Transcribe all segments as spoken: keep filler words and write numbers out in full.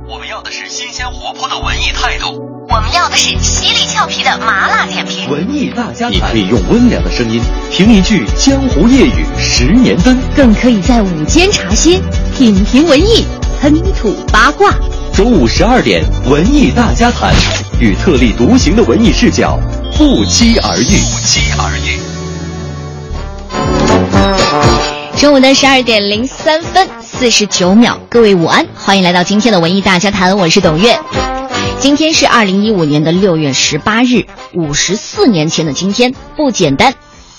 我们要的是新鲜活泼的文艺态度， 我们要的是犀利俏皮的麻辣点评。 文艺大家谈， 你可以用温良的声音评一句江湖夜雨十年灯， 更可以在午间茶歇品评文艺，喷吐八卦。 中午十二点，文艺大家谈，与特立独行的文艺视角不期而遇。 不期而遇。 中午的十二点零三分四十九秒，各位午安，欢迎来到今天的文艺大家谈，我是董月。今天是二零一五年的六月十八日，五十四年前的今天不简单。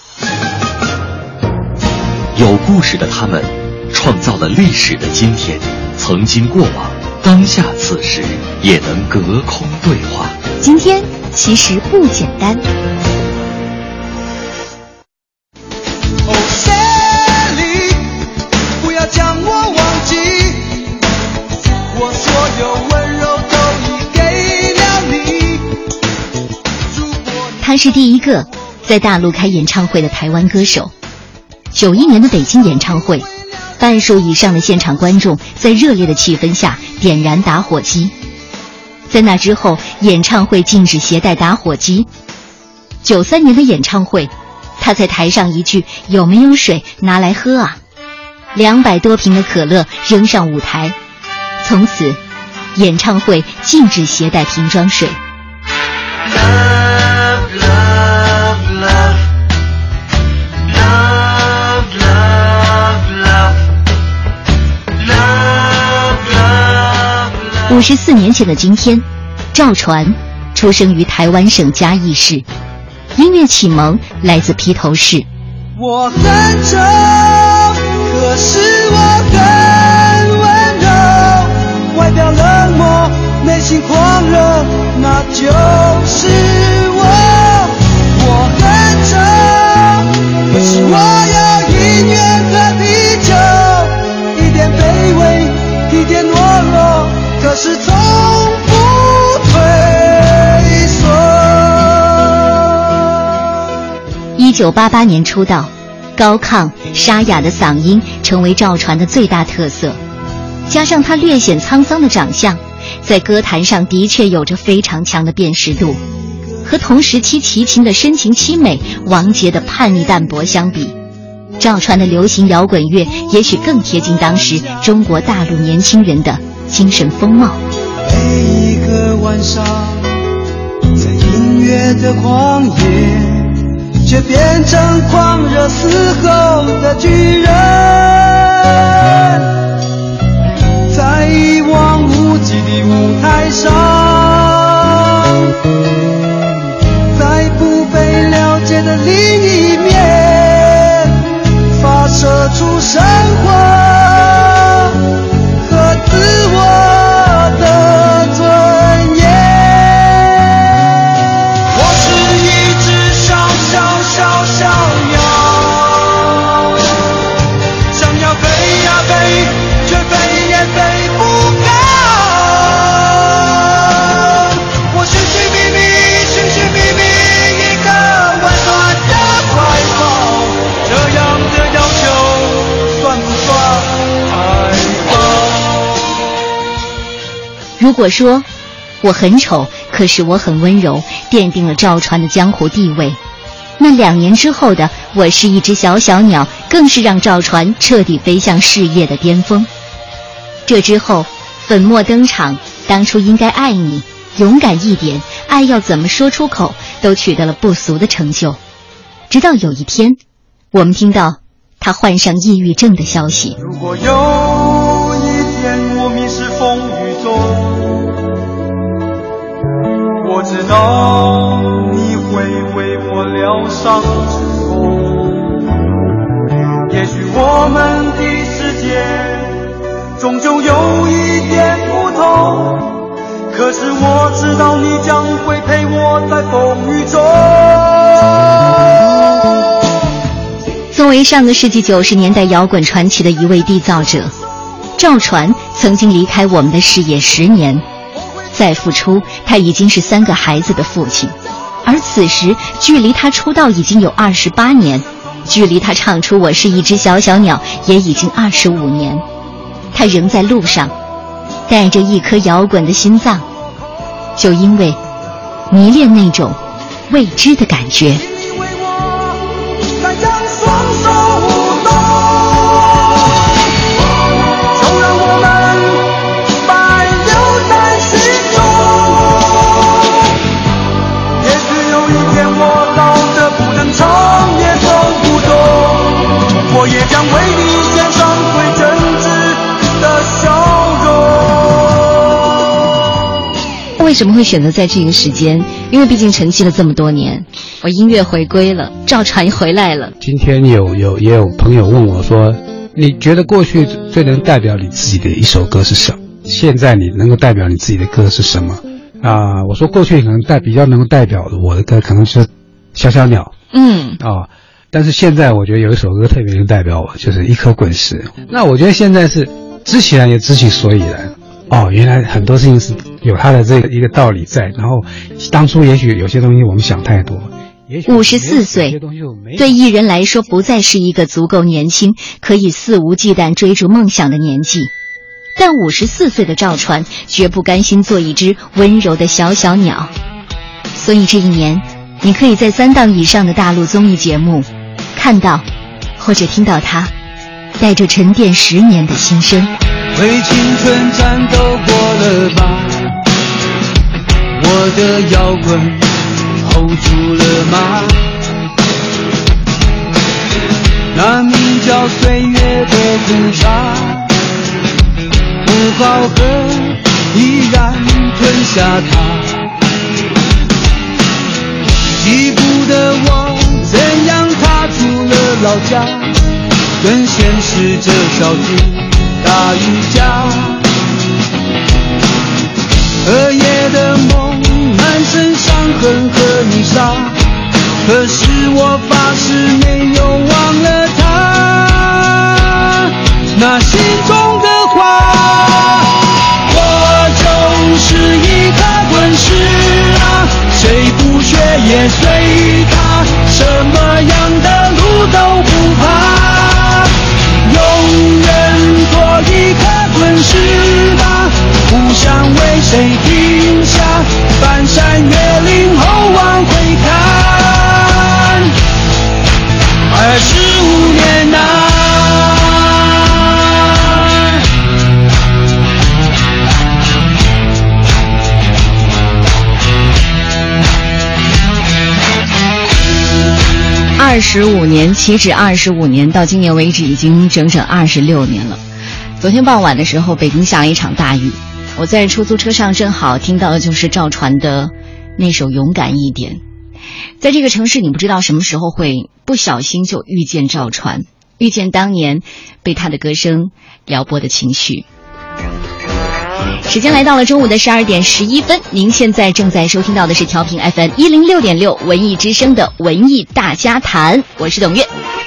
有故事的他们，创造了历史的今天，曾经过往，当下此时，也能隔空对话。 今天其实不简单。 将我忘记，我所有温柔都已给了你。 他是第一个在大陆开演唱会的台湾歌手。九一年的北京演唱会，半数以上的现场观众在热烈的气氛下点燃打火机。在那之后，演唱会禁止携带打火机。九三年的演唱会，他在台上一句“有没有水拿来喝啊”。两百多瓶的可乐扔上舞台，从此演唱会禁止携带瓶装水。 Love, love, love. Love, love, love. Love, love, love. 五十四年前的今天，赵传出生于台湾省嘉义市，音乐启蒙来自披头士。 我很丑，可是我很温柔，外表冷漠，内心狂热，那就是我。我很丑，可是我有音乐和地球，一点卑微，一点懦弱，可是从不退缩。 一九八八年出道，高亢沙哑的嗓音成为赵传的最大特色，加上他略显沧桑的长相，在歌坛上的确有着非常强的辨识度。和同时期齐秦的深情凄美、王杰的叛逆淡泊相比，赵传的流行摇滚乐也许更贴近当时中国大陆年轻人的精神风貌。 每一个晚上，在音乐的旷野，却变成狂热嘶吼的巨人，在一望无际的舞台上，在不被了解的另一面，发射出生活和自我的尊严。我是一只小小小小鸟，想要飞呀飞，却飞也飞不高。我寻寻觅觅，寻寻觅觅一个温暖的怀抱，这样的要求算不算太高？ 如果说我很丑，可是我很温柔，奠定了赵传的江湖地位，那两年之后的我是一只小小鸟，更是让赵传彻底飞向事业的巅峰。这之后，粉墨登场，当初应该爱你，勇敢一点，爱要怎么说出口，都取得了不俗的成就。直到有一天，我们听到他患上抑郁症的消息。 如果有一天我迷失风雨中，我知道你会为我疗伤止痛。也许我们的世界终究有一点不同，可是我知道你将会陪我在风雨中。 作为上个世纪九十年代摇滚传奇的一位缔造者，赵传曾经离开我们的视野十年，再复出，他已经是三个孩子的父亲，而此时距离他出道已经有二十八年，距离他唱出我是一只小小鸟也已经二十五年。他仍在路上， 带着一颗摇滚的心脏，就因为迷恋那种未知的感觉。 我也将为你献上最真挚的笑容。 为什么会选择在这个时间？因为毕竟沉寂了这么多年，我音乐回归了，赵传回来了。 今天有有也有朋友问我说，你觉得过去最能代表你自己的一首歌是什么？现在你能够代表你自己的歌是什么？啊、呃，我说过去可能代比较能够代表的我的歌，可能就是小小鸟。嗯啊。呃但是现在我觉得有一首歌特别能代表我，就是一颗滚石。那我觉得现在是知其然也知其所以然。哦，原来很多事情是有它的这个一个道理在。然后当初也许有些东西我们想太多。 五十四岁，对艺人来说不再是一个足够年轻，可以肆无忌惮追逐梦想的年纪。但五十四岁的赵传绝不甘心做一只温柔的小小鸟。所以这一年，你可以在三档以上的大陆综艺节目看到或者听到他带着沉淀十年的心声。 为青春战斗过了吧，我的摇滚 hold 住了吗？那名叫岁月的苦茶，不好喝依然吞下它。起步的我怎样踏出了老家，跟现实这小子打一架。荷叶的梦，满身伤痕和泥沙，可是我发誓没有忘了他，那心中的花。我就是一颗滚石啊，谁不学也随他，什么样的路都不怕，永远做一颗滚石吧，不想为谁停下，翻山越岭后往回看，二十五年啊。 二十五年，岂止二十五年，到今年为止已经整整二十六年了。昨天傍晚的时候，北京下了一场大雨，我在出租车上正好听到的就是赵传的那首《勇敢一点》。在这个城市，你不知道什么时候会不小心就遇见赵传，遇见当年被他的歌声撩拨的情绪。时间来到了中午的十二点十一分，您现在正在收听到的是调频 F M 一零六点六文艺之声的文艺大家谈，我是董月。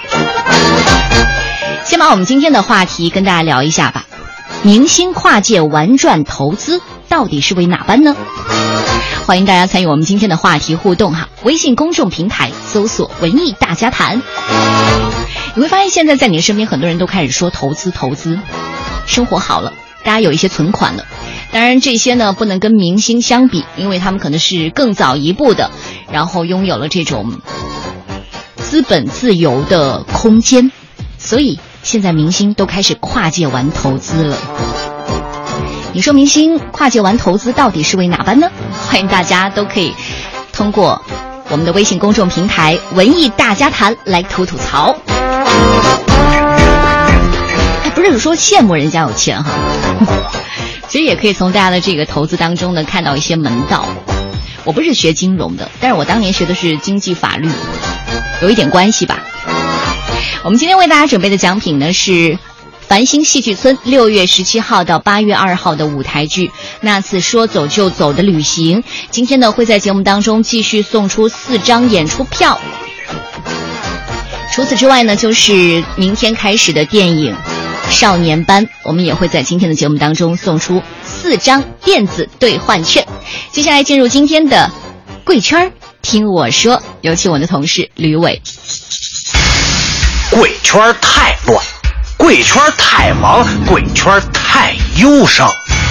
先把我们今天的话题跟大家聊一下吧。明星跨界玩转投资到底是为哪般呢？欢迎大家参与我们今天的话题互动哈，微信公众平台搜索文艺大家谈。你会发现现在在你的身边很多人都开始说投资投资，生活好了，大家有一些存款了。当然这些呢不能跟明星相比，因为他们可能是更早一步的，然后拥有了这种资本自由的空间，所以现在明星都开始跨界玩投资了。你说明星跨界玩投资到底是为哪般呢？欢迎大家都可以通过我们的微信公众平台文艺大家谈来吐吐槽。哎，不是说羡慕人家有钱哈，其实也可以从大家的这个投资当中呢看到一些门道。我不是学金融的，但是我当年学的是经济法律，有一点关系吧。我们今天为大家准备的奖品呢是繁星戏剧村六月十七号到八月二号的舞台剧《那次说走就走的旅行》，今天呢会在节目当中继续送出四张演出票。除此之外呢，就是明天开始的电影《少年班》，我们也会在今天的节目当中送出四张电子兑换券。接下来进入今天的贵圈听我说，有请我的同事吕伟。 贵圈太乱，贵圈太忙，贵圈太忧伤。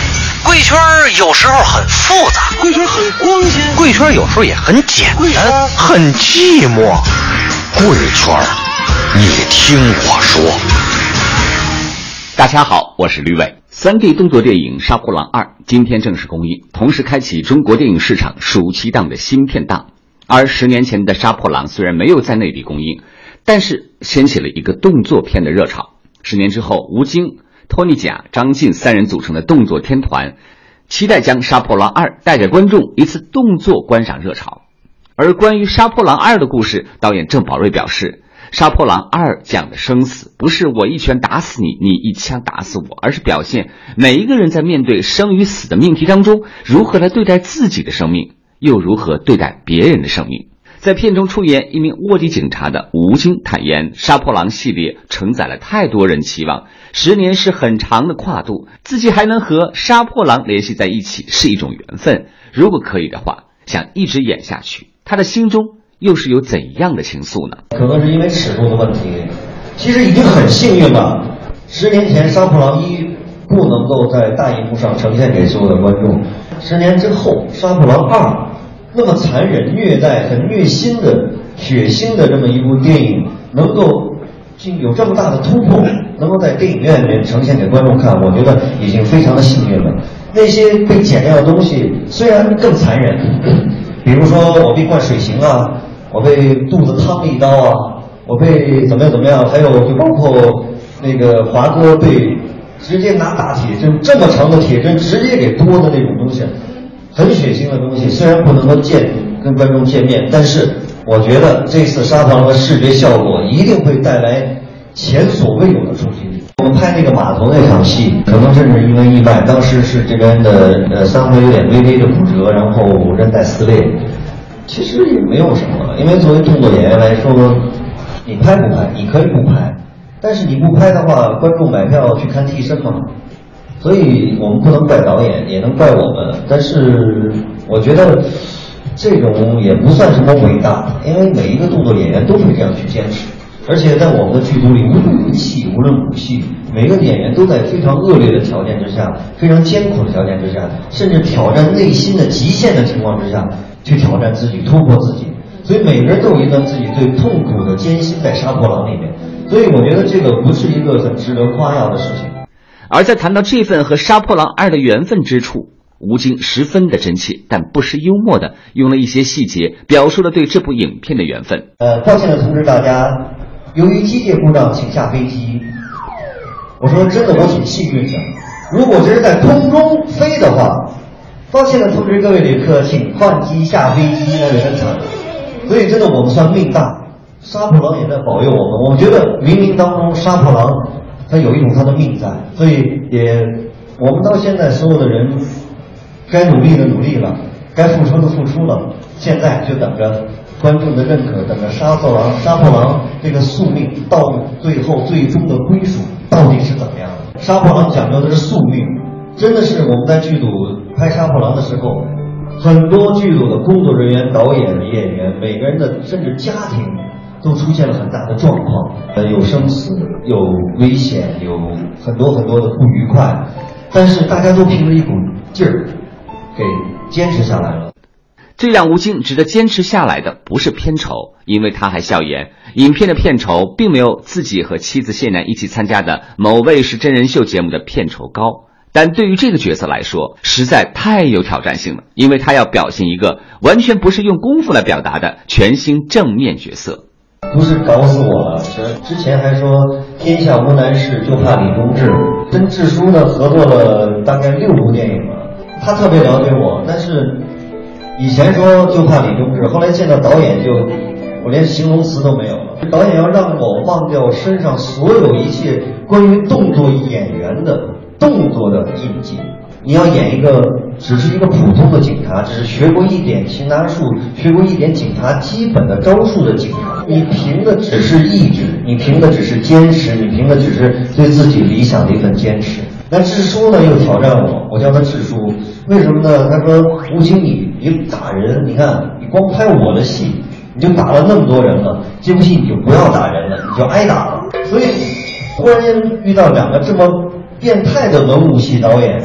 贵圈有时候很复杂， 贵圈很光鲜， 贵圈有时候也很简单，很寂寞。贵圈，你听我说。 大家好，我是吕伟。三 D 动作电影《杀破狼二》今天正式公映，同时开启中国电影市场暑期档的新片档。而十年前的《杀破狼》虽然没有在内地公映，但是掀起了一个动作片的热潮。十年之后，吴京、托尼贾、张晋三人组成的动作天团，期待将《杀破狼二》带给观众一次动作观赏热潮。而关于《杀破狼二》的故事，导演郑宝瑞表示，《杀破狼二》讲的生死不是我一拳打死你，你一枪打死我，而是表现每一个人在面对生与死的命题当中，如何来对待自己的生命，又如何对待别人的生命。在片中出演一名卧底警察的吴京坦言，杀破狼系列承载了太多人期望，十年是很长的跨度，自己还能和杀破狼联系在一起是一种缘分，如果可以的话，想一直演下去。他的心中又是有怎样的情愫呢？ 可能是因为尺度的问题，其实已经很幸运了。十年前杀破狼一不能够在大荧幕上呈现给所有的观众，十年之后杀破狼二那么残忍、虐待、很虐心的、血腥的这么一部电影，能够有这么大的突破，能够在电影院里面呈现给观众看，我觉得已经非常的幸运了。那些被剪掉的东西虽然更残忍，比如说我被灌水刑啊，我被肚子烫了一刀啊，我被怎么样怎么样，还有就包括那个华哥被直接拿大铁针，这么长的铁针直接给剁的那种东西，很血腥的东西，虽然不能够见跟观众见面，但是我觉得这次杀破狼的视觉效果一定会带来前所未有的冲击力。我们拍那个码头那场戏，可能甚至因为意外，当时是这边的呃三回有点微微的骨折，然后韧带撕裂，其实也没有什么，因为作为动作演员来说，你拍不拍，你可以不拍，但是你不拍的话，观众买票去看替身嘛。所以我们不能怪导演，也能怪我们，但是我觉得这种也不算什么伟大，因为每一个动作演员都会这样去坚持，而且在我们的剧组里，无论文戏无论武戏，每个演员都在非常恶劣的条件之下，非常艰苦的条件之下，甚至挑战内心的极限的情况之下去挑战自己，突破自己，所以每个人都有一段自己最痛苦的艰辛在杀破狼里面，所以我觉得这个不是一个很值得夸耀的事情。 而在谈到这份和杀破狼二的缘分之处，吴京十分的真切，但不失幽默的用了一些细节表述了对这部影片的缘分。 呃，抱歉的通知大家，由于机械故障请下飞机。我说真的，我挺幸运的，如果这是在空中飞的话，抱歉的通知各位旅客，请换机下飞机，那就很惨。所以真的我们算命大，杀破狼也在保佑我们。我觉得冥冥当中杀破狼他有一种他的命在，所以也我们到现在所有的人该努力的努力了，该付出的付出了，现在就等着观众的认可，等着杀破狼杀破狼这个宿命到最后最终的归属到底是怎么样的。杀破狼讲究的是宿命，真的是我们在剧组拍杀破狼的时候，很多剧组的工作人员、导演、演员，每个人的甚至家庭都出现了很大的状况，呃，有生死，有危险，有很多很多的不愉快，但是大家都凭着一股劲儿给坚持下来了。 最让吴京值得坚持下来的不是片酬，因为他还笑言，影片的片酬并没有自己和妻子谢楠一起参加的某卫视真人秀节目的片酬高。但对于这个角色来说，实在太有挑战性了，因为他要表现一个完全不是用功夫来表达的全新正面角色。 不是搞死我了，之前还说天下无难事，就怕李宗志，跟智叔呢合作了大概六部电影了，他特别了解我，但是以前说就怕李宗志，后来见到导演就我连形容词都没有了。导演要让我忘掉身上所有一切关于动作演员的动作的印记，你要演一个只是一个普通的警察，只是学过一点擒拿术，学过一点警察基本的招数的警察，你凭的只是意志，你凭的只是坚持，你凭的只是对自己理想的一份坚持。那智叔呢又挑战我，我叫他智叔，为什么呢？他说吴京，你你打人，你看你光拍我的戏你就打了那么多人了，这部戏你就不要打人了，你就挨打了。所以忽然间遇到两个这么变态的文武戏导演，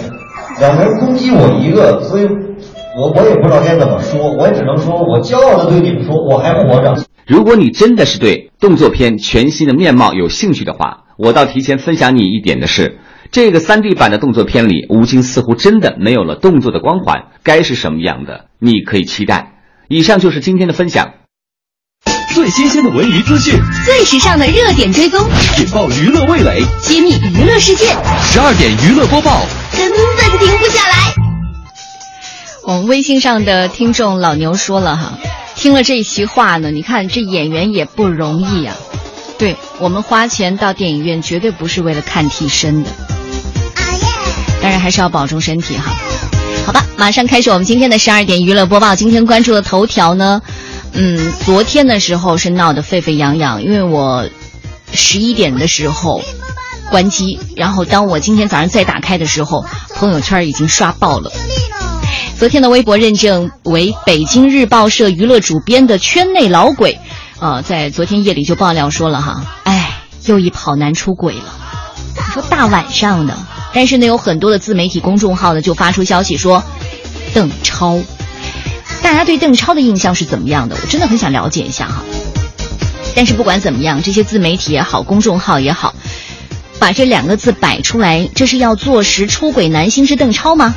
两个人攻击我一个，所以我我也不知道该怎么说，我也只能说我骄傲的对你们说，我还活着。 如果你真的是对动作片全新的面貌有兴趣的话，我倒提前分享你一点的是，这个 三 D 版的动作片里，吴京似乎真的没有了动作的光环，该是什么样的，你可以期待。以上就是今天的分享。 最新鲜的文娱资讯， 最时尚的热点追踪， 引爆娱乐味蕾， 揭秘娱乐世界。 十二点娱乐播报， 根本停不下来。我们微信上的听众老牛说了哈，听了这席话呢，你看这演员也不容易啊。对，我们花钱到电影院绝对不是为了看替身的，当然还是要保重身体哈。好吧，马上开始我们今天的十二点娱乐播报。今天关注的头条呢，嗯，昨天的时候是闹得沸沸扬扬，因为我十一点的时候关机，然后当我今天早上再打开的时候，朋友圈已经刷爆了。昨天的微博认证为北京日报社娱乐主编的圈内老鬼，呃，在昨天夜里就爆料说了哈，哎，又一跑男出轨了。你说大晚上的，但是呢，有很多的自媒体公众号呢就发出消息说，邓超。大家对邓超的印象是怎么样的？我真的很想了解一下哈。但是不管怎么样，这些自媒体也好，公众号也好，把这两个字摆出来，这是要坐实出轨男星是邓超吗？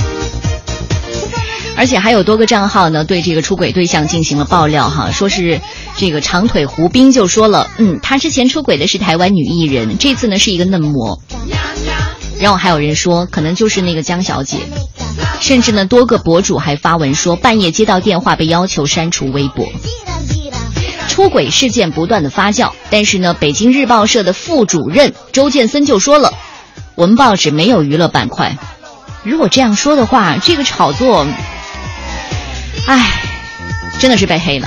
而且还有多个账号呢对这个出轨对象进行了爆料哈，说是这个长腿胡兵就说了，嗯，他之前出轨的是台湾女艺人，这次呢是一个嫩模。然后还有人说可能就是那个江小姐，甚至呢多个博主还发文说半夜接到电话被要求删除微博。出轨事件不断的发酵，但是呢北京日报社的副主任周建森就说了，我们报纸没有娱乐板块。如果这样说的话，这个炒作唉，真的是被黑了。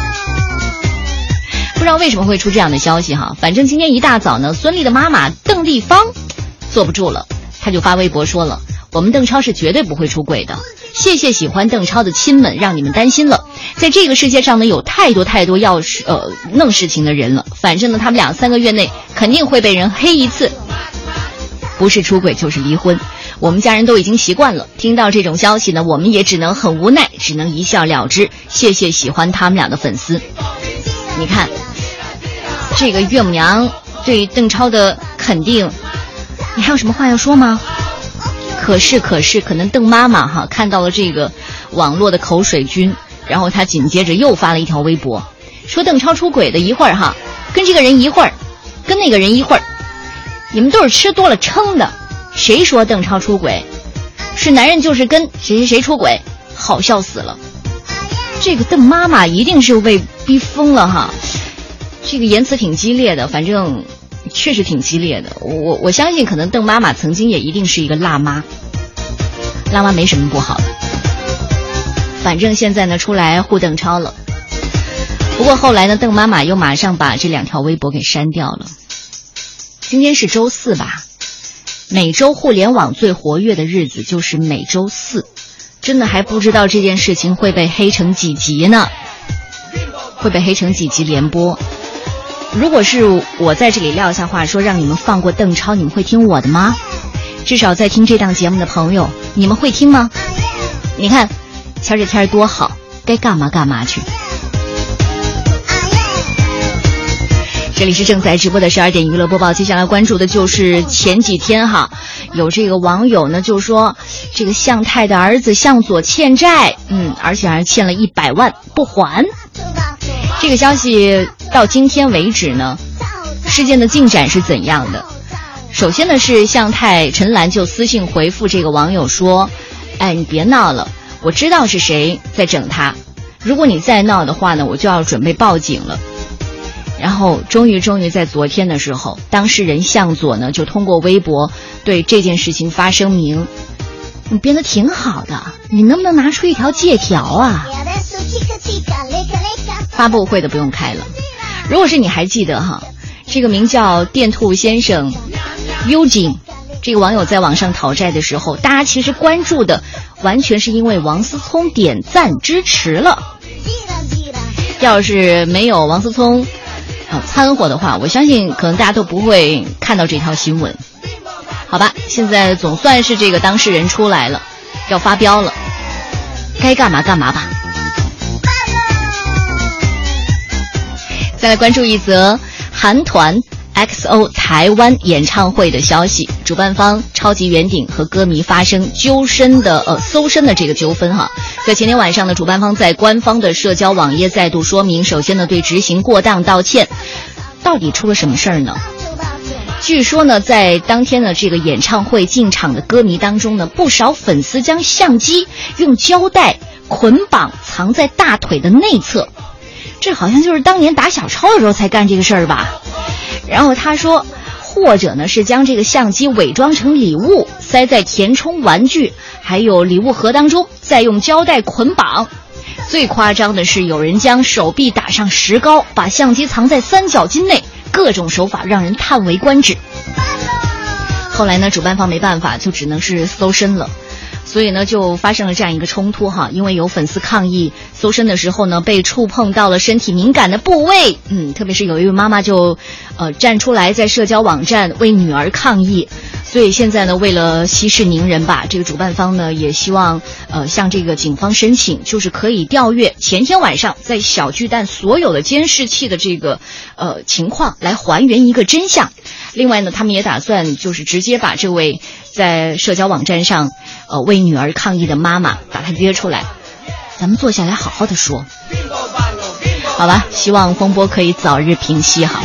不知道为什么会出这样的消息哈，反正今天一大早呢，孙俪的妈妈邓丽芳坐不住了，她就发微博说了，我们邓超是绝对不会出轨的，谢谢喜欢邓超的亲们，让你们担心了。在这个世界上呢，有太多太多要呃弄事情的人了，反正呢，他们俩三个月内肯定会被人黑一次，不是出轨就是离婚。我们家人都已经习惯了，听到这种消息呢，我们也只能很无奈，只能一笑了之。谢谢喜欢他们俩的粉丝。你看，这个岳母娘对邓超的肯定，你还有什么话要说吗？可是可是，可能邓妈妈哈看到了这个网络的口水军，然后她紧接着又发了一条微博，说邓超出轨的一会儿哈，跟这个人一会儿，跟那个人一会儿，你们都是吃多了撑的。谁说邓超出轨？是男人就是跟谁谁谁出轨，好笑死了。这个邓妈妈一定是被逼疯了哈，这个言辞挺激烈的，反正确实挺激烈的。我我相信可能邓妈妈曾经也一定是一个辣妈，辣妈没什么不好的。反正现在呢出来护邓超了，不过后来呢邓妈妈又马上把这两条微博给删掉了。今天是周四吧，每周互联网最活跃的日子就是每周四，真的还不知道这件事情会被黑成几集呢，会被黑成几集连播。如果是我在这里撂下话说让你们放过邓超，你们会听我的吗？至少在听这档节目的朋友，你们会听吗？你看前这天多好，该干嘛干嘛去。这里是正在直播的十二点娱乐播报，接下来关注的就是前几天哈，有这个网友呢就说这个向太的儿子向佐欠债，嗯，而且还欠了一百万不还。这个消息到今天为止呢，事件的进展是怎样的？首先呢是向太陈岚就私信回复这个网友说，哎，你别闹了，我知道是谁在整他，如果你再闹的话呢，我就要准备报警了。然后终于终于在昨天的时候，当事人向佐呢就通过微博对这件事情发声明，你编得挺好的，你能不能拿出一条借条啊？发布会的不用开了。如果是你还记得哈，这个名叫电兔先生 Eugene 这个网友在网上讨债的时候，大家其实关注的完全是因为王思聪点赞支持了。要是没有王思聪啊参和的话，我相信可能大家都不会看到这条新闻。 好吧，现在总算是这个当事人出来了，要发飙了，该干嘛干嘛吧。再来关注一则韩团 X O 台湾演唱会的消息，主办方超级圆顶和歌迷发生纠身的呃搜身的这个纠纷哈。在前天晚上呢，主办方在官方的社交网页再度说明，首先呢对执行过当道歉。到底出了什么事儿呢？据说呢，在当天的这个演唱会进场的歌迷当中呢，不少粉丝将相机用胶带捆绑藏在大腿的内侧，这好像就是当年打小抄的时候才干这个事儿吧。然后他说，或者呢是将这个相机伪装成礼物，塞在填充玩具还有礼物盒当中，再用胶带捆绑。最夸张的是，有人将手臂打上石膏，把相机藏在三角巾内，各种手法让人叹为观止。后来呢，主办方没办法，就只能是搜身了。所以呢，就发生了这样一个冲突哈，因为有粉丝抗议搜身的时候呢，被触碰到了身体敏感的部位，嗯，特别是有一位妈妈就，呃，站出来在社交网站为女儿抗议。所以现在呢，为了息事宁人吧，这个主办方呢也希望，呃，向这个警方申请，就是可以调阅前天晚上在小巨蛋所有的监视器的这个，呃，情况，来还原一个真相。另外呢，他们也打算就是直接把这位在社交网站上呃为女儿抗议的妈妈把她约出来，咱们坐下来好好的说，好吧？希望风波可以早日平息哈。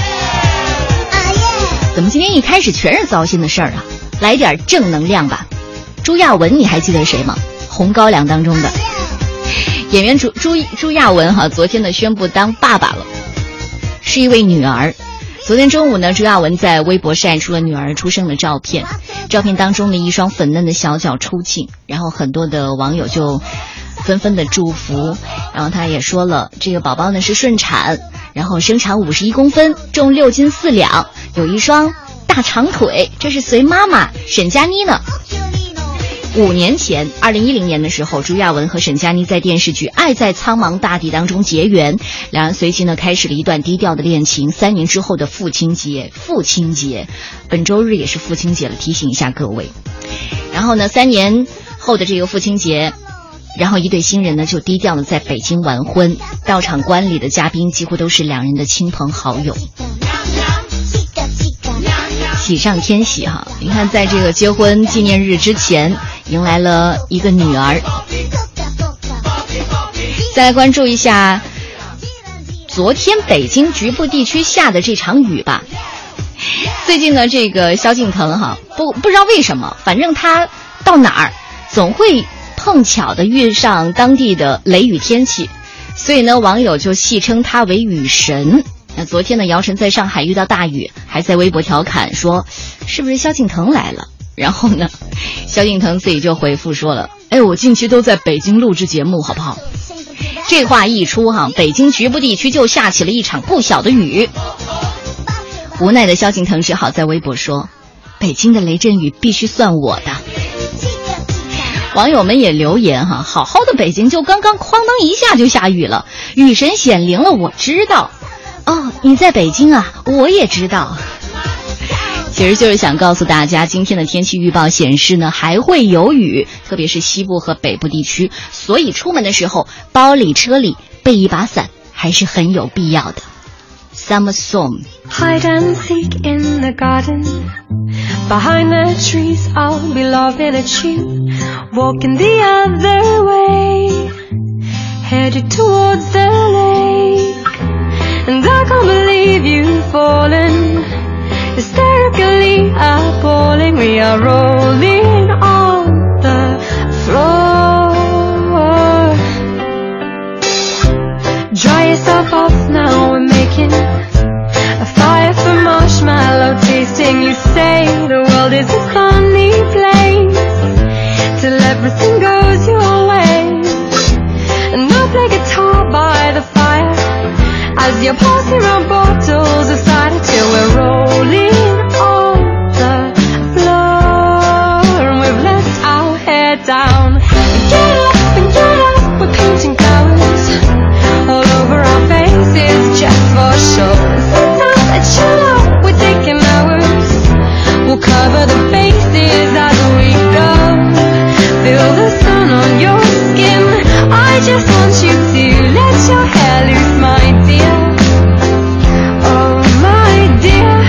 怎么今天一开始全是糟心的事儿啊？来点正能量吧。朱亚文你还记得谁吗？红高粱当中的演员朱朱朱亚文哈，昨天呢宣布当爸爸了，是一位女儿。昨天中午呢，朱亚文在微博晒出了女儿出生的照片，照片当中的一双粉嫩的小脚出镜，然后很多的网友就纷纷的祝福，然后他也说了，这个宝宝呢是顺产，然后身长五十一公分，重六斤四两，有一双大长腿，这是随妈妈沈佳妮呢。五年前二零一零年的时候，朱亚文和沈佳妮在电视剧《爱在苍茫大地》当中结缘，两人随即呢开始了一段低调的恋情。三年之后的父亲节父亲节本周日也是父亲节了，提醒一下各位。然后呢三年后的这个父亲节，然后一对新人呢就低调的在北京完婚，到场观礼的嘉宾几乎都是两人的亲朋好友，喜上添喜哈！你看，在这个结婚纪念日之前，迎来了一个女儿。再来关注一下昨天北京局部地区下的这场雨吧。最近呢，这个萧敬腾哈，不不知道为什么，反正他到哪儿总会碰巧的遇上当地的雷雨天气，所以呢，网友就戏称他为雨神。那昨天呢，姚晨在上海遇到大雨，还在微博调侃说是不是萧敬腾来了。然后呢，萧敬腾自己就回复说了，哎，我近期都在北京录制节目好不好。这话一出哈，北京局部地区就下起了一场不小的雨。无奈的萧敬腾只好在微博说，北京的雷阵雨必须算我的。网友们也留言哈，好好的北京就刚刚哐当一下就下雨了，雨神显灵了，我知道。哦，你在北京啊，我也知道。其实就是想告诉大家，今天的天气预报显示呢，还会有雨，特别是西部和北部地区，所以出门的时候，包里车里备一把伞还是很有必要的。Summer Song. Hide and seek in the garden, behind the trees I'll be laughing at you, walking the other way, headed towards the lake.And I can't believe you've fallen, hysterically appalling. We are rolling on the floor. Dry yourself off now, we're making a fire for marshmallow tasting. You say the world is a sunny place till everything goes your way. And I'll play guitar by the fire.As you're passing around bottles of cider till we're rolling on the floor and we've left our hair down. Get up and get up, we're painting flowers all over our faces just for show. Sometimes I chill out, we're taking hours, we'll cover the bases skin. I just want you to let your hair loose, my dear. Oh, my dear.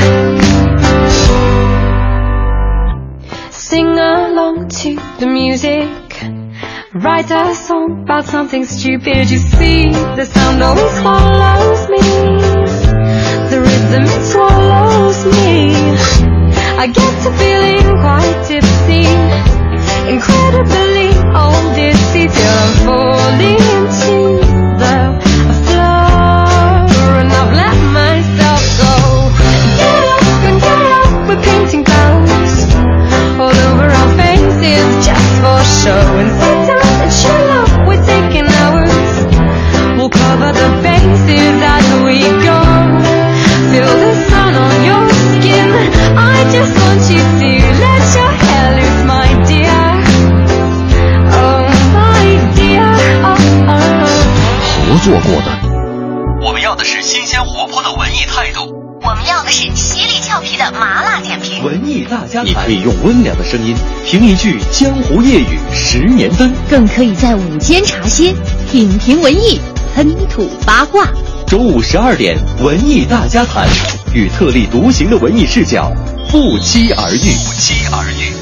Sing along to the music. Write a song about something stupid. You see, the sound always follows me. The rhythm, it swallows me. I get to feeling quite tipsy, incredibly all dizzy, till I'm falling into the floor, and I've let myself go. Get up and get up, we're painting clouds all over our faces just for show. And sit down and chill out, we're taking hours. We'll cover the bases as we go. Feel the sun on your skin. I just want you to let your hair loose, my dear. Oh, my dear. Oh, oh. 合作过的，我们要的是新鲜活泼的文艺态度。 我们要的是犀利俏皮的麻辣点评。 文艺大家谈，你可以用温良的声音评一句江湖夜雨十年灯， 更可以在午间茶歇品评文艺，喷吐八卦。 周五十二点，文艺大家谈，与特立独行的文艺视角不期而遇。不期而遇。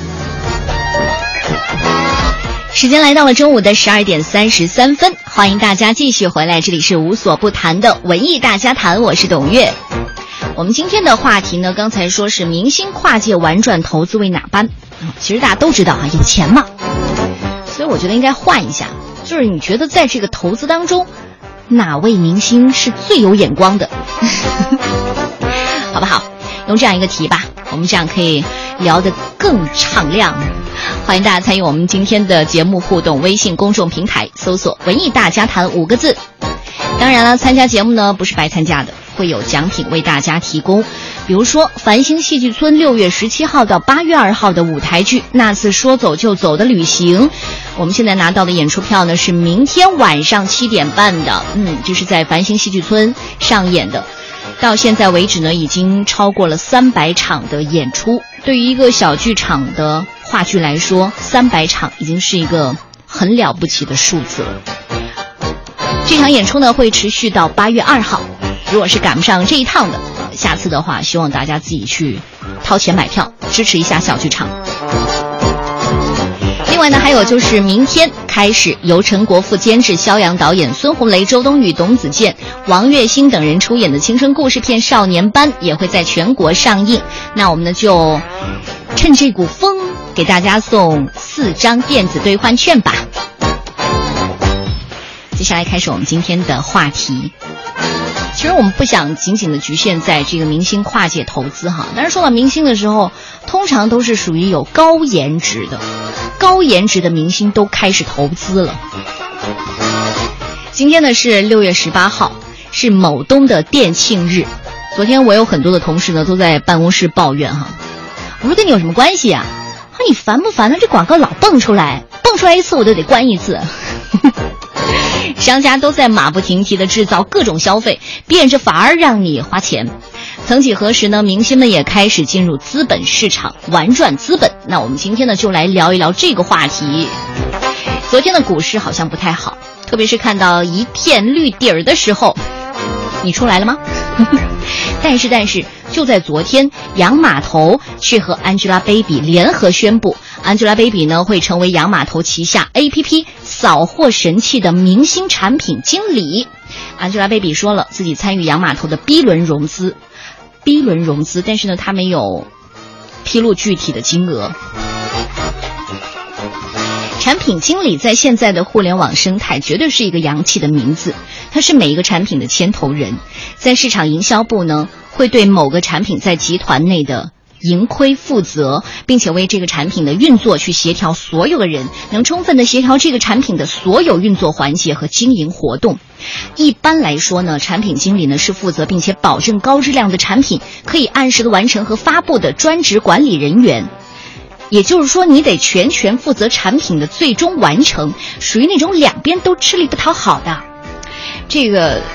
时间来到了中午的十二点三十三分，欢迎大家继续回来，这里是无所不谈的文艺大家谈，我是董月。我们今天的话题呢，刚才说是明星跨界玩转投资为哪般？其实大家都知道啊，有钱嘛，所以我觉得应该换一下，就是你觉得在这个投资当中，哪位明星是最有眼光的？好不好？用这样一个题吧，我们这样可以聊得更敞亮。欢迎大家参与我们今天的节目互动，微信公众平台搜索文艺大家谈五个字。当然了，参加节目呢不是白参加的，会有奖品为大家提供，比如说繁星戏剧村六月十七号到八月二号的舞台剧《那次说走就走的旅行》，我们现在拿到的演出票呢是明天晚上七点半的，嗯，这是在繁星戏剧村上演的。到现在为止呢，已经超过了三百场的演出。对于一个小剧场的话剧来说，三百场已经是一个很了不起的数字了。这场演出呢会持续到八月二号，如果是赶不上这一趟的，下次的话希望大家自己去掏钱买票支持一下小剧场。另外呢，还有就是明天开始由陈国富监制，肖阳导演，孙红雷、周冬雨、董子健、王栎鑫等人出演的青春故事片《少年班》也会在全国上映。那我们呢就趁这股风给大家送四张电子兑换券吧。接下来开始我们今天的话题。其实我们不想仅仅的局限在这个明星跨界投资哈，但是说到明星的时候，通常都是属于有高颜值的，高颜值的明星都开始投资了。今天呢是六月十八号，是某东的店庆日。昨天我有很多的同事呢都在办公室抱怨哈，我说跟你有什么关系啊？啊，你烦不烦呢？这广告老蹦出来，蹦出来一次我都得关一次。商家都在马不停蹄地制造各种消费，变着法儿让你花钱。曾几何时呢，明星们也开始进入资本市场，玩转资本。那我们今天呢，就来聊一聊这个话题。昨天的股市好像不太好，特别是看到一片绿底儿的时候，你出来了吗？但是但是就在昨天，洋码头却和 Angelababy 联合宣布， Angelababy 呢会成为洋码头旗下 A P P 扫货神器的明星产品经理。 Angelababy 说了自己参与洋码头的 B 轮融资 B 轮融资，但是呢他没有披露具体的金额。产品经理在现在的互联网生态绝对是一个洋气的名字，他是每一个产品的牵头人。在市场营销部呢，会对某个产品在集团内的盈亏负责，并且为这个产品的运作去协调所有的人，能充分的协调这个产品的所有运作环节和经营活动。一般来说呢，产品经理呢是负责并且保证高质量的产品可以按时的完成和发布的专职管理人员。也就是说，你得全权负责产品的最终完成，属于那种两边都吃力不讨好的。这个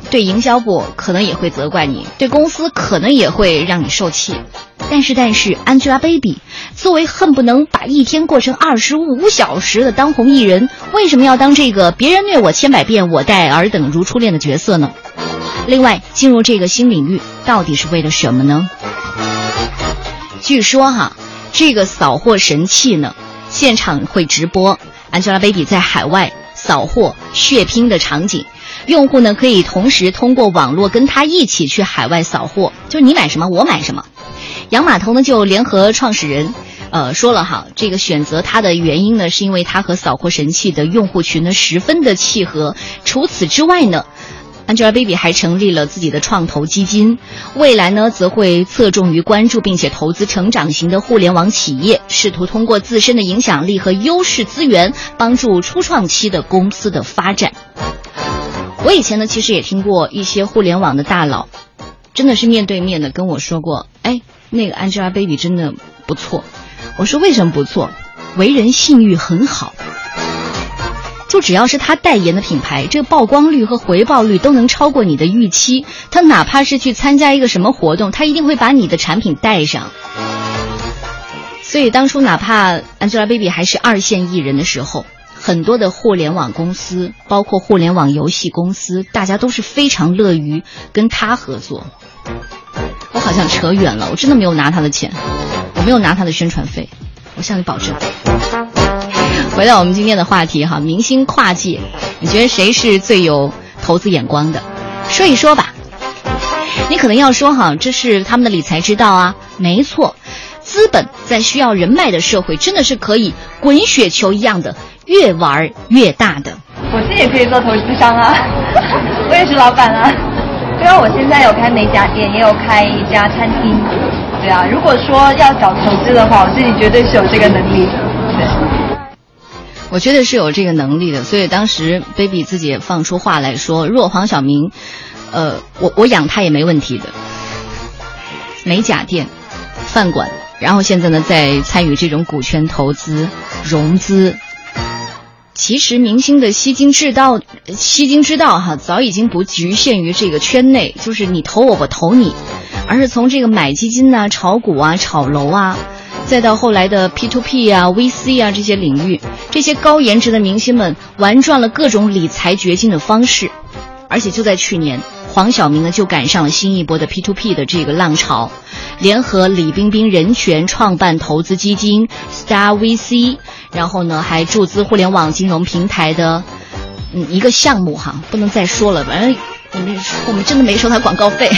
对营销部可能也会责怪你，对公司可能也会让你受气。但是但是 Angelababy 作为恨不能把一天过成二十五小时的当红艺人，为什么要当这个别人虐我千百遍我待尔等如初恋的角色呢？另外，进入这个新领域到底是为了什么呢？据说哈，这个扫货神器呢，现场会直播 Angelababy 在海外扫货血拼的场景，用户呢可以同时通过网络跟他一起去海外扫货，就是你买什么我买什么。洋码头呢就联合创始人呃说了哈，这个选择他的原因呢是因为他和扫货神器的用户群呢十分的契合。除此之外呢，Angelababy 还成立了自己的创投基金，未来呢则会侧重于关注并且投资成长型的互联网企业，试图通过自身的影响力和优势资源帮助初创期的公司的发展。我以前呢其实也听过一些互联网的大佬真的是面对面的跟我说过，哎，那个 Angelababy 真的不错。我说为什么不错？为人信誉很好。就只要是他代言的品牌，这个曝光率和回报率都能超过你的预期，他哪怕是去参加一个什么活动，他一定会把你的产品带上。所以当初哪怕 Angelababy 还是二线艺人的时候，很多的互联网公司包括互联网游戏公司，大家都是非常乐于跟他合作。我好像扯远了，我真的没有拿他的钱，我没有拿他的宣传费，我向你保证。回到我们今天的话题哈，明星跨界，你觉得谁是最有投资眼光的？说一说吧。你可能要说哈，这是他们的理财之道啊，没错。资本在需要人脉的社会，真的是可以滚雪球一样的越玩越大的。 我自己也可以做投资商啊，我也是老板啊。对啊，我现在有开美甲店，也有开一家餐厅。对啊，如果说要找投资的话，我自己绝对是有这个能力的。对。 我觉得是有这个能力的，所以当时 Baby 自己也放出话来说，如果黄晓明呃我我养他也没问题的。美甲店、饭馆，然后现在呢在参与这种股权投资、融资。其实明星的吸金之道吸金之道哈，早已经不局限于这个圈内，就是你投我我投你，而是从这个买基金啊、炒股啊、炒楼啊，再到后来的 P to P 啊、V C 啊这些领域，这些高颜值的明星们玩转了各种理财掘金的方式。而且就在去年，黄晓明呢就赶上了新一波的 P to P 的这个浪潮，联合李冰冰人权创办投资基金 Star V C， 然后呢还注资互联网金融平台的嗯一个项目哈，不能再说了，反正我们我们真的没收他广告费。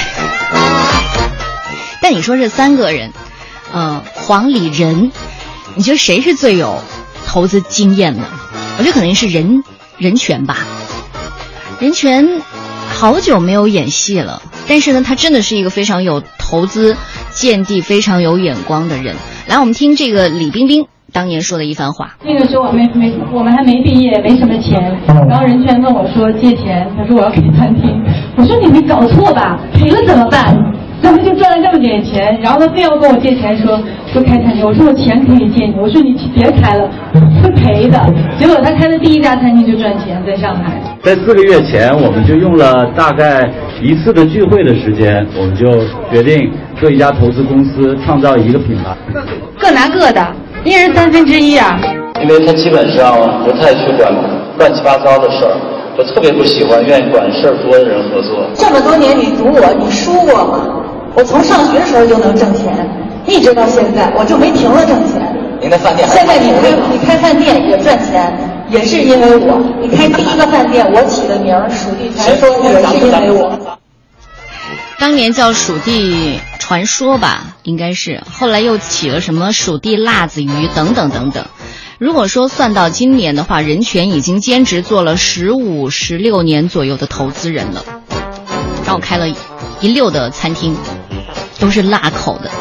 但你说这三个人呃，黄李任，你觉得谁是最有投资经验的？我觉得可能是任任权吧。任权好久没有演戏了，但是呢，他真的是一个非常有投资见地、非常有眼光的人。来，我们听这个李冰冰当年说的一番话。 那个时候我没没我们还没毕业，没什么钱，然后任权跟我说借钱，他说我要开餐厅，我说你没搞错吧？赔了怎么办？咱们就赚了这么点钱，然后他非要跟我借钱说说开餐厅，我说我钱可以借你，我说你别开了，会赔的。结果他开的第一家餐厅就赚钱，在上海。 在四个月前，我们就用了大概一次的聚会的时间，我们就决定做一家投资公司，创造一个品牌。 各拿各的，一人三分之一啊。 因为他基本上不太去管乱七八糟的事儿。我特别不喜欢愿意管事儿多的人合作。 这么多年你赌我，你输过吗？我从上学的时候就能挣钱，一直到现在我就没停了挣钱。 您的饭店现在你开你开饭店也赚钱，也是因为我。你开第一个饭店，我起的名儿蜀地传说也是因为我。 当年叫蜀地传说吧，应该是，后来又起了什么蜀地辣子鱼等等等等。如果说算到今年的话，任权已经兼职做了十五、十六年左右的投资人了，然后开了一溜的餐厅，都是辣口的。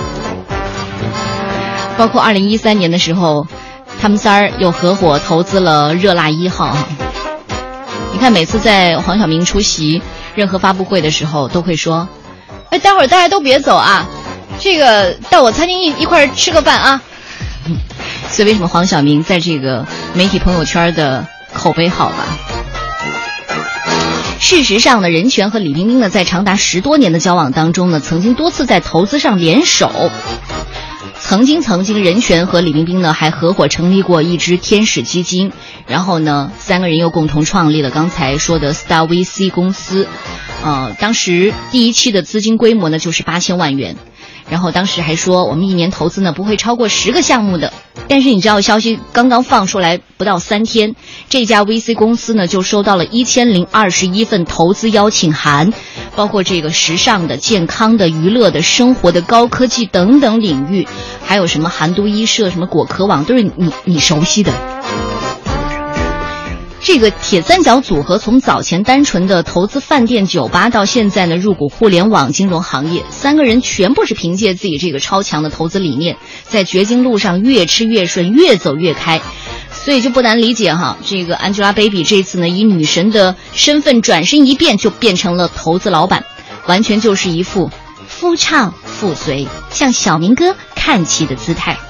包括二零一三年的时候，他们仨儿又合伙投资了热辣一号。你看，每次在黄晓明出席任何发布会的时候，都会说：“哎，待会儿大家都别走啊，这个到我餐厅一一块吃个饭啊。”所以为什么黄晓明在这个媒体朋友圈的口碑好吧？ 事实上呢，任泉和李冰冰呢，在长达十多年的交往当中呢，曾经多次在投资上联手。曾经曾经任泉和李冰冰呢还合伙成立过一支天使基金，然后呢三个人又共同创立了刚才说的 Star V C 公司，呃，当时第一期的资金规模呢就是八千万元，然后当时还说我们一年投资呢不会超过十个项目的。但是你知道消息刚刚放出来不到三天，这家 V C 公司呢就收到了一千零二十一份投资邀请函，包括这个时尚的、健康的、娱乐的、生活的、高科技等等领域，还有什么韩都衣舍、什么果壳网，都是你你熟悉的。这个铁三角组合从早前单纯的投资饭店酒吧，到现在呢入股互联网金融行业，三个人全部是凭借自己这个超强的投资理念，在掘金路上越吃越顺，越走越开。所以就不难理解哈，这个 Angelababy 这次呢以女神的身份转身一变，就变成了投资老板，完全就是一副夫唱妇随，向小明哥看齐的姿态。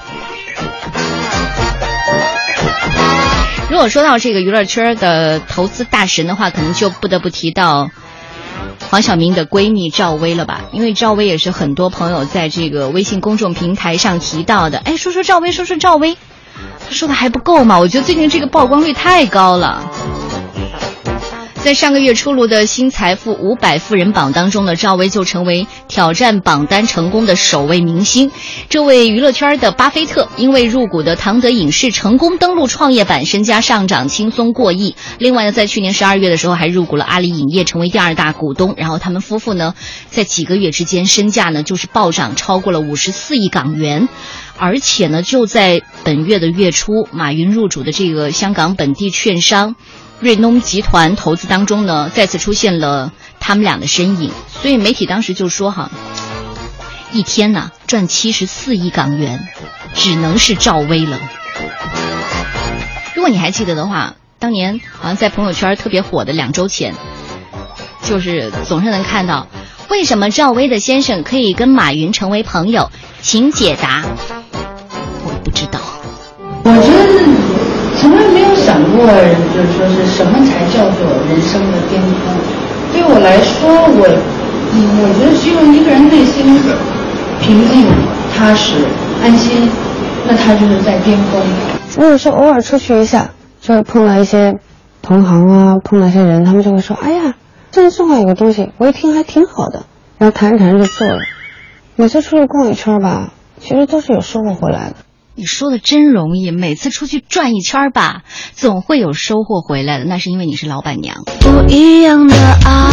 如果说到这个娱乐圈的投资大神的话，可能就不得不提到黄晓明的闺蜜赵薇了吧，因为赵薇也是很多朋友在这个微信公众平台上提到的。哎，说说赵薇，说说赵薇，他说的还不够吗？我觉得最近这个曝光率太高了。在上个月出炉的新财富五百富人榜当中呢，赵薇就成为挑战榜单成功的首位明星。这位娱乐圈的巴菲特，因为入股的唐德影视成功登陆创业板，身家上涨轻松过亿。另外呢，在去年十二月的时候还入股了阿里影业，成为第二大股东。然后他们夫妇呢，在几个月之间身价呢就是暴涨超过了五十四亿港元。而且呢，就在本月的月初，马云入主的这个香港本地券商瑞农集团投资当中呢，再次出现了他们俩的身影。所以媒体当时就说哈，一天呢、啊、赚七十四亿港元，只能是赵薇了。如果你还记得的话，当年好像在朋友圈特别火的两周前，就是总是能看到为什么赵薇的先生可以跟马云成为朋友，请解答。我不知道。 我觉得从来没有想过，就是说是什么才叫做人生的巅峰。对我来说，我，我觉得只有一个人内心平静、踏实、安心，那他就是在巅峰。 我有时候偶尔出去一下，就碰到一些同行啊，碰到一些人，他们就会说：“哎呀，这正好有个东西，我一听还挺好的。”然后谈着谈着就做了。每次出去逛一圈吧，其实都是有收获回来的。 你说的真容易，每次出去转一圈吧，总会有收获回来的，那是因为你是老板娘。 不一样的爱，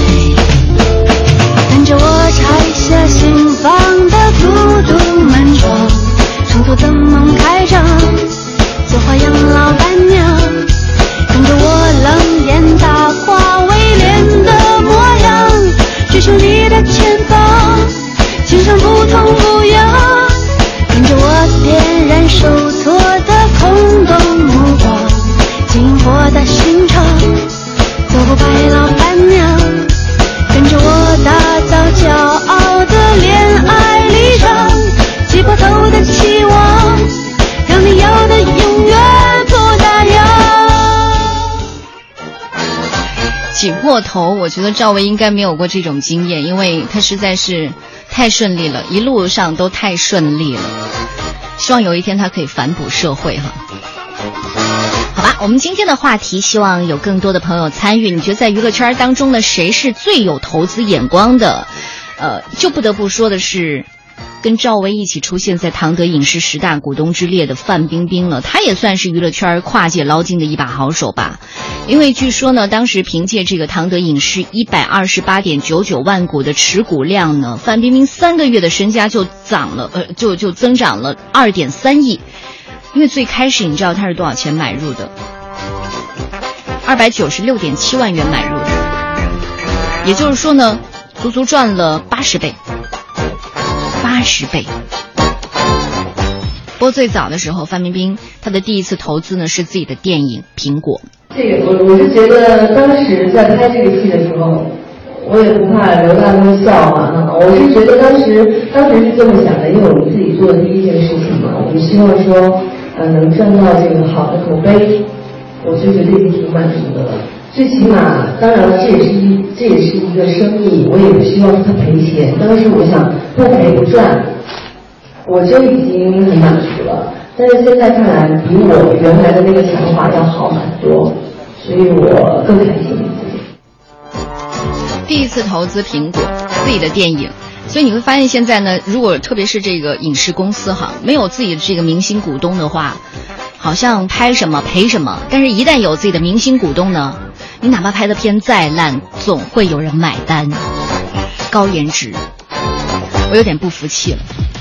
跟着我拆下心房的孤独门窗，冲突的梦开张，做花样老板娘，跟着我冷眼大花威廉的模样，追求你的前方，欣赏不同模样，跟着我点燃手做的空洞目光，经营我的心肠，做不败老板娘，跟着我打造骄傲的恋爱立场，挤破头的期望，让你要的永远不打烊。 挤破头，我觉得赵薇应该没有过这种经验，因为她实在是太顺利了，一路上都太顺利了。希望有一天她可以反哺社会哈。好吧，我们今天的话题希望有更多的朋友参与。你觉得在娱乐圈当中呢，谁是最有投资眼光的？呃，就不得不说的是跟赵薇一起出现在唐德影视十大股东之列的范冰冰了。她也算是娱乐圈跨界捞金的一把好手吧。因为据说呢，当时凭借这个唐德影视一百二十八点九九万股的持股量呢，范冰冰三个月的身家就涨了，呃，就就增长了二点三亿。因为最开始你知道她是多少钱买入的？二百九十六点七万元买入的，也就是说呢，足足赚了八十倍，八十倍。不过最早的时候，范冰冰她的第一次投资呢是自己的电影《苹果》。 这个我我是觉得当时在拍这个戏的时候，我也不怕流大家会笑嘛。我是觉得当时当时是这么想的，因为我们自己做的第一件事情嘛，我们希望说呃能赚到这个好的口碑，我就觉得已经挺满足的了。 最起码，当然了，这也是一这也是一个生意，我也不希望他赔钱。当时我想不赔不赚，我就已经很满足了。但是现在看来，比我原来的那个想法要好很多，所以我更开心。 第一次投资苹果，自己的电影。所以你会发现现在呢，如果特别是这个影视公司哈，没有自己的这个明星股东的话，好像拍什么赔什么。但是一旦有自己的明星股东呢，你哪怕拍的片再烂，总会有人买单。高颜值，我有点不服气了。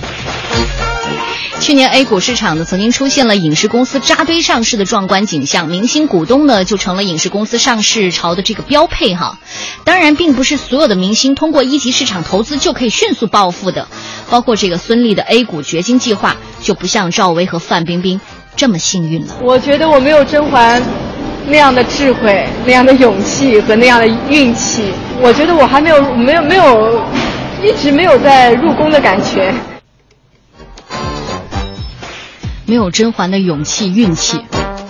去年 A 股市场呢，曾经出现了影视公司扎堆上市的壮观景象，明星股东呢就成了影视公司上市潮的这个标配哈。当然，并不是所有的明星通过一级市场投资就可以迅速暴富的，包括这个孙俪的 A 股掘金计划，就不像赵薇和范冰冰这么幸运了。 我觉得我没有甄嬛那样的智慧、那样的勇气和那样的运气，我觉得我还没有没有没有一直没有在入宫的感觉。 没有甄嬛的勇气运气。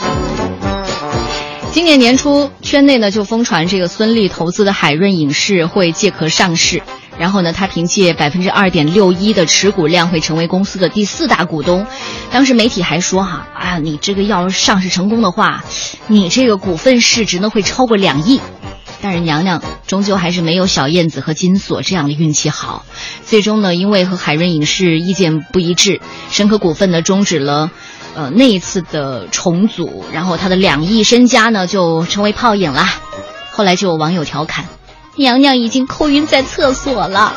今年年初，圈内呢就疯传这个孙俪投资的海润影视会借壳上市，然后呢，他凭借百分之二点六一的持股量会成为公司的第四大股东。当时媒体还说哈啊，你这个要是上市成功的话，你这个股份市值呢会超过两亿。但是娘娘终究还是没有小燕子和金锁这样的运气好，最终呢，因为和海润影视意见不一致，深科股份呢终止了呃那一次的重组，然后他的两亿身家呢就成为泡影啦。后来就有网友调侃，娘娘已经扣晕在厕所了。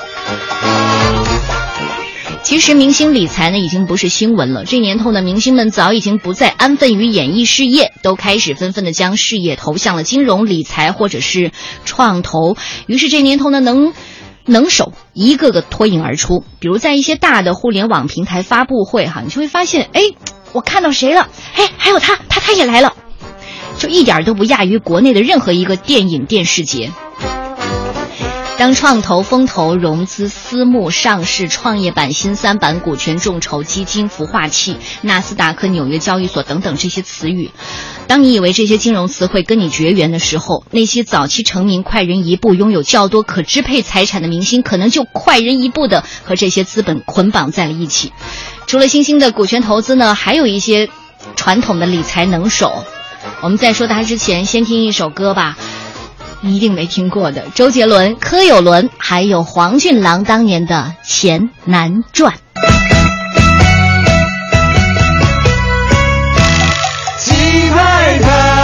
其实明星理财呢已经不是新闻了，这年头呢，明星们早已经不再安分于演艺事业，都开始纷纷的将事业投向了金融理财或者是创投。于是这年头呢，能能手一个个脱颖而出。比如在一些大的互联网平台发布会哈，你就会发现，哎，我看到谁了？哎，还有他，他他也来了，就一点都不亚于国内的任何一个电影电视节。当创投、风投、融资、私募、上市、创业板、新三板、股权众筹、基金、孵化器、纳斯达克、纽约交易所等等这些词语，当你以为这些金融词汇跟你绝缘的时候，那些早期成名快人一步拥有较多可支配财产的明星，可能就快人一步的和这些资本捆绑在了一起。除了新兴的股权投资呢，还有一些传统的理财能手。我们在说它之前，先听一首歌吧。你一定没听过的，周杰伦、柯有伦还有黄俊郎当年的《钱难赚》。 钱歹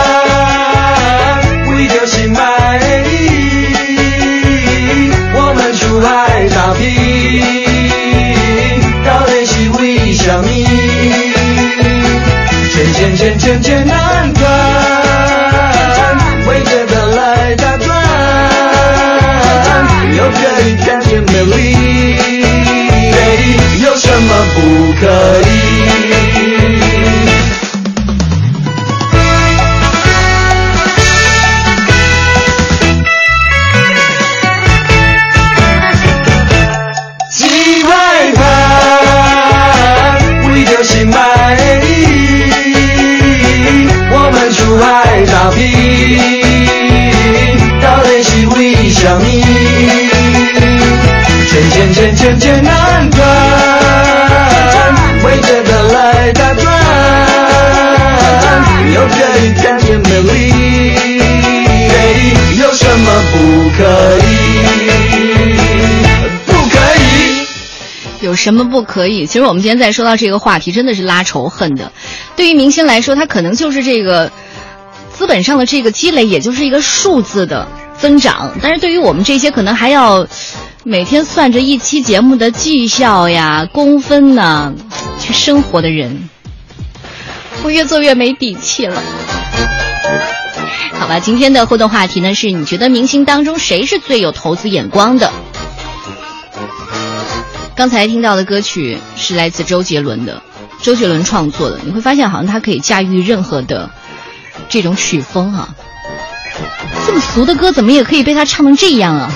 赚，为着心爱的你，我们出来打拼，到底是为什么？钱钱钱钱钱难赚，为着得来打转，又可以看见美丽， Baby， 有什么不可以？钱歹赚，为着心爱的你，我们出来打拼，到底是为什么？钱钱钱钱钱难赚，为着得来打转，又可以看见美丽， Baby， 有什么不可以？不可以？ 有什么不可以？其实我们今天在说到这个话题，真的是拉仇恨的。对于明星来说，他可能就是这个资本上的这个积累，也就是一个数字的增长。但是对于我们这些可能还要每天算着一期节目的绩效呀、工分呐去生活的人，我越做越没底气了。好吧，今天的互动话题呢是，你觉得明星当中谁是最有投资眼光的？刚才听到的歌曲是来自周杰伦的，周杰伦创作的。你会发现好像他可以驾驭任何的这种曲风啊，这么俗的歌怎么也可以被他唱成这样啊。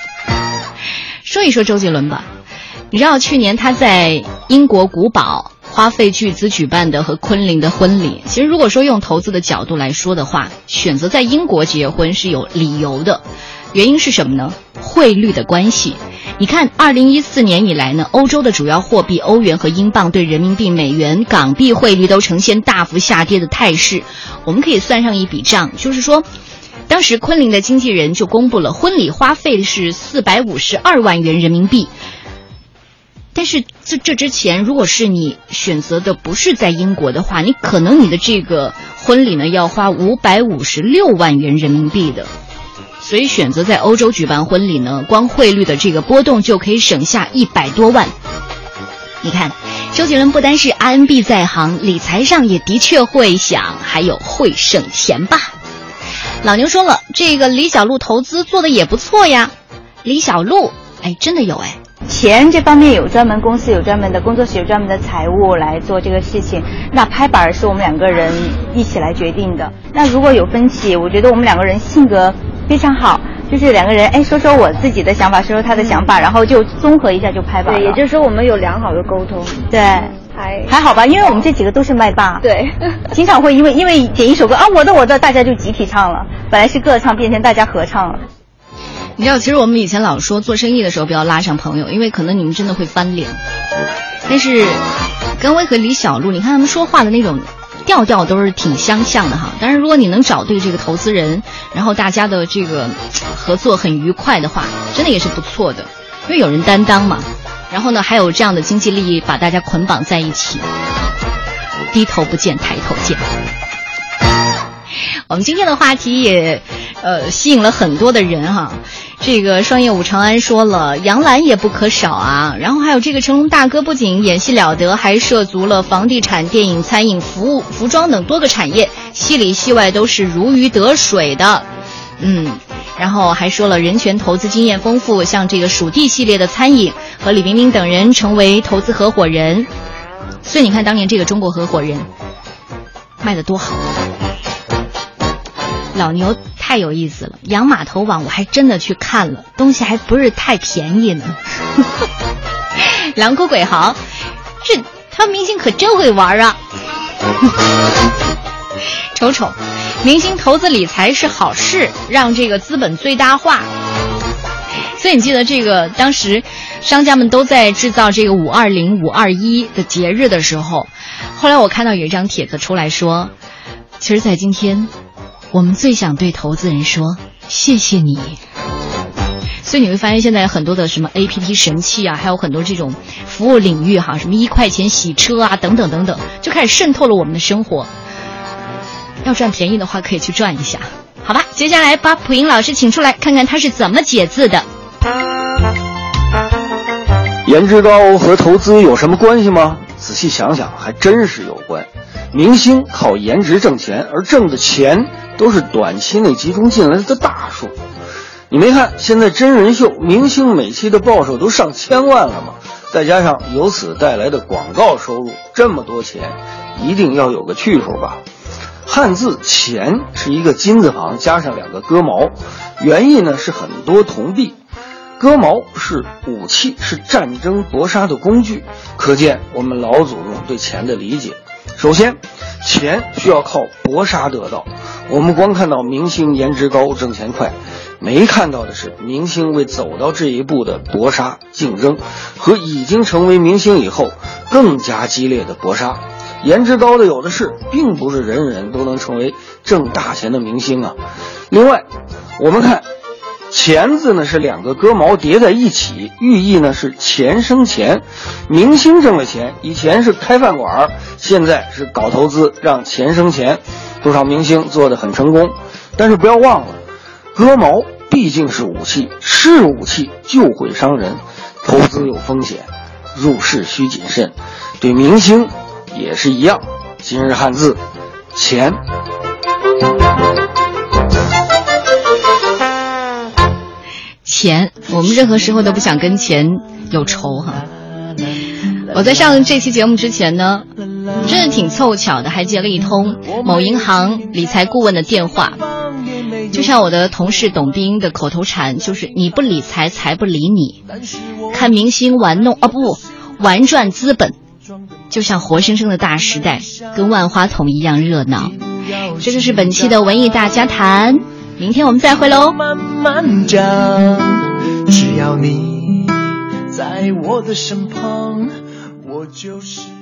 说一说周杰伦吧，你知道去年他在英国古堡花费巨资举办的和昆凌的婚礼。其实如果说用投资的角度来说的话，选择在英国结婚是有理由的。原因是什么呢？汇率的关系。你看二零一四年以来呢，欧洲的主要货币欧元和英镑对人民币、美元、港币汇率都呈现大幅下跌的态势。我们可以算上一笔账，就是说当时昆凌的经纪人就公布了婚礼花费是四百五十二万元人民币。但是这这之前，如果是你选择的不是在英国的话，你可能你的这个婚礼呢要花五百五十六万元人民币的。所以选择在欧洲举办婚礼呢，光汇率的这个波动就可以省下一百多万。你看，周杰伦不单是 R and B 在行，理财上也的确会想，还有会省钱吧。老牛说了，这个李小璐投资做的也不错呀。李小璐，哎，真的有哎。 钱这方面有专门公司，有专门的工作室，有专门的财务来做这个事情。那拍板是我们两个人一起来决定的。那如果有分歧，我觉得我们两个人性格非常好，就是两个人哎说说我自己的想法，说说他的想法，然后就综合一下就拍板了。 对，也就是说我们有良好的沟通。 对， 还还好吧，因为我们这几个都是麦霸。 对， 经常会因为因为点一首歌啊，我的我的，大家就集体唱了，本来是各唱变成大家合唱了。 你知道，其实我们以前老说做生意的时候不要拉上朋友，因为可能你们真的会翻脸。但是甘薇和李小璐，你看他们说话的那种调调都是挺相像的哈。当然如果你能找对这个投资人，然后大家的这个合作很愉快的话，真的也是不错的，因为有人担当嘛。然后呢还有这样的经济利益把大家捆绑在一起，低头不见抬头见。我们今天的话题也呃吸引了很多的人哈。这个双叶舞长安说了，杨澜也不可少啊。然后还有这个成龙大哥不仅演戏了得，还涉足了房地产、电影、餐饮、服务、服装等多个产业，戏里戏外都是如鱼得水的。嗯，然后还说了人权投资经验丰富，像这个蜀地系列的餐饮和李冰冰等人成为投资合伙人。所以你看当年这个中国合伙人卖得多好。老牛太有意思了，洋码头网我还真的去看了，东西还不是太便宜呢。狼哭鬼嚎，这他明星可真会玩啊。瞅瞅，明星投资理财是好事，让这个资本最大化。所以你记得这个当时商家们都在制造这个五二零、五二一的节日的时候，后来我看到有一张帖子出来说，其实在今天我们最想对投资人说谢谢你。所以你会发现现在很多的什么 A P P 神器啊，还有很多这种服务领域哈，什么一块钱洗车啊等等等等，就开始渗透了我们的生活。要赚便宜的话可以去赚一下。好吧，接下来把普英老师请出来看看他是怎么解字的。 颜值高和投资有什么关系吗？仔细想想还真是有关。明星靠颜值挣钱，而挣的钱都是短期内集中进来的大数。你没看现在真人秀明星每期的报酬都上千万了吗？再加上由此带来的广告收入，这么多钱一定要有个去处吧。汉字钱是一个金字旁加上两个戈矛，原意呢是很多铜币，戈矛是武器，是战争搏杀的工具，可见我们老祖宗对钱的理解。首先，钱需要靠搏杀得到，我们光看到明星颜值高挣钱快，没看到的是明星为走到这一步的搏杀竞争，和已经成为明星以后更加激烈的搏杀。颜值高的有的是，并不是人人都能成为挣大钱的明星啊。另外，我们看钱字呢是两个戈矛叠在一起，寓意呢是钱生钱。明星挣了钱，以前是开饭馆，现在是搞投资，让钱生钱。不少明星做得很成功，但是不要忘了，戈矛毕竟是武器，是武器就会伤人，投资有风险，入市需谨慎。对明星也是一样。今日汉字，钱。 钱，我们任何时候都不想跟钱有仇哈。我在上这期节目之前呢，真的挺凑巧的，还接了一通某银行理财顾问的电话。就像我的同事董斌的口头禅，就是你不理财，财不理你。看明星玩弄啊不玩转资本， 就像活生生的大时代，跟万花筒一样热闹。这就是本期的文艺大家谈，明天我们再会喽。 慢慢讲，只要你在我的身旁，我就是